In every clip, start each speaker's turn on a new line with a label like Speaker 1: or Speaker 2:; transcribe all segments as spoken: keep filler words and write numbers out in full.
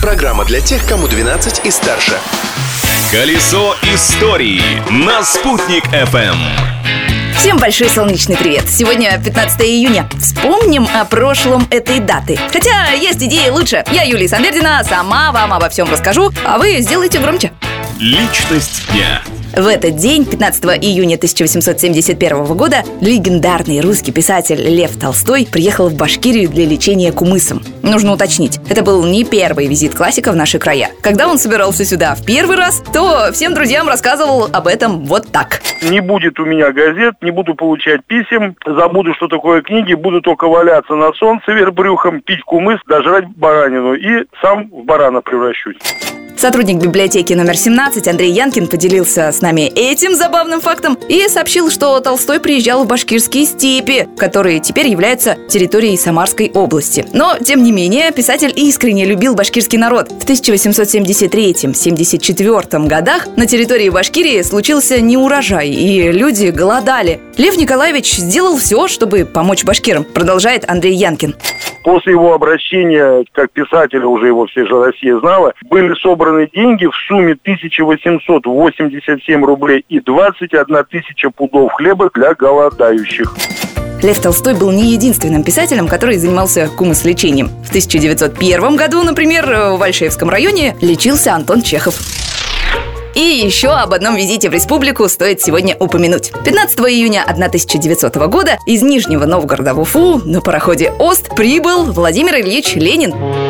Speaker 1: Программа для тех, кому двенадцать и старше.
Speaker 2: Колесо истории на Спутник эф эм.
Speaker 3: Всем большой солнечный привет! Сегодня пятнадцатое июня. Вспомним о прошлом этой даты. Хотя есть идеи лучше. Я, Юлия Санвердина, сама вам обо всем расскажу, а вы сделайте громче.
Speaker 2: Личность дня.
Speaker 3: В этот день, пятнадцатого июня тысяча восемьсот семьдесят первого года, легендарный русский писатель Лев Толстой приехал в Башкирию для лечения кумысом. Нужно уточнить, это был не первый визит классика в наши края. Когда он собирался сюда в первый раз, то всем друзьям рассказывал об этом вот так.
Speaker 4: Не будет у меня газет, не буду получать писем, забуду, что такое книги, буду только валяться на солнце вверх брюхом, пить кумыс, дожрать баранину и сам в барана превращусь.
Speaker 3: Сотрудник библиотеки номер семнадцать Андрей Янкин поделился с нами этим забавным фактом и сообщил, что Толстой приезжал в башкирские степи, которые теперь являются территорией Самарской области. Но, тем не менее, писатель искренне любил башкирский народ. В тысяча восемьсот семьдесят третьем — семьдесят четвёртом годах на территории Башкирии случился неурожай, и люди голодали. Лев Николаевич сделал все, чтобы помочь башкирам, продолжает Андрей Янкин.
Speaker 4: После его обращения, как писателя, уже его вся же Россия знала, были собраны деньги в сумме тысяча восемьсот восемьдесят семь рублей и двадцать одна тысяча пудов хлеба для голодающих.
Speaker 3: Лев Толстой был не единственным писателем, который занимался кумыс-лечением. В тысяча девятьсот первом году, например, в Альшеевском районе лечился Антон Чехов. И еще об одном визите в республику стоит сегодня упомянуть. пятнадцатого июня тысяча девятисотого года из Нижнего Новгорода в Уфу на пароходе «Ост» прибыл Владимир Ильич Ленин.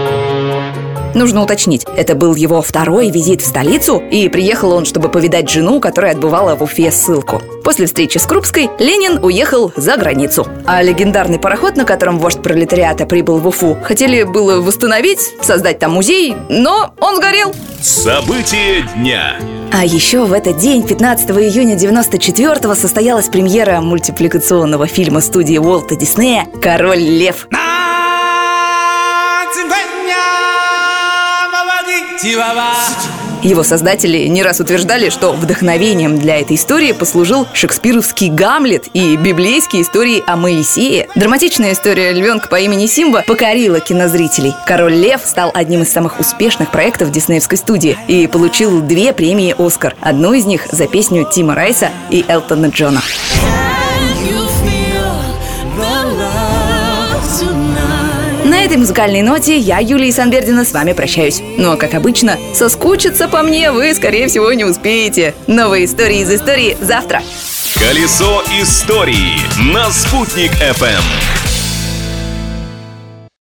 Speaker 3: Нужно уточнить, это был его второй визит в столицу, и приехал он, чтобы повидать жену, которая отбывала в Уфе ссылку. После встречи с Крупской Ленин уехал за границу. А легендарный пароход, на котором вождь пролетариата прибыл в Уфу, хотели было восстановить, создать там музей, но он сгорел.
Speaker 2: События дня.
Speaker 3: А еще в этот день, пятнадцатого июня девяносто четвёртого, состоялась премьера мультипликационного фильма студии Уолта Диснея «Король Лев». Его создатели не раз утверждали, что вдохновением для этой истории послужил шекспировский «Гамлет» и библейские истории о Моисее. Драматичная история львенка по имени Симба покорила кинозрителей. «Король Лев» стал одним из самых успешных проектов диснеевской студии и получил две премии «Оскар». Одну из них за песню Тима Райса и Элтона Джона. На этой музыкальной ноте я, Юлия Санвердина, с вами прощаюсь. Ну а как обычно, соскучиться по мне вы, скорее всего, не успеете. Новые истории из истории завтра.
Speaker 2: Колесо истории на Спутник эф эм.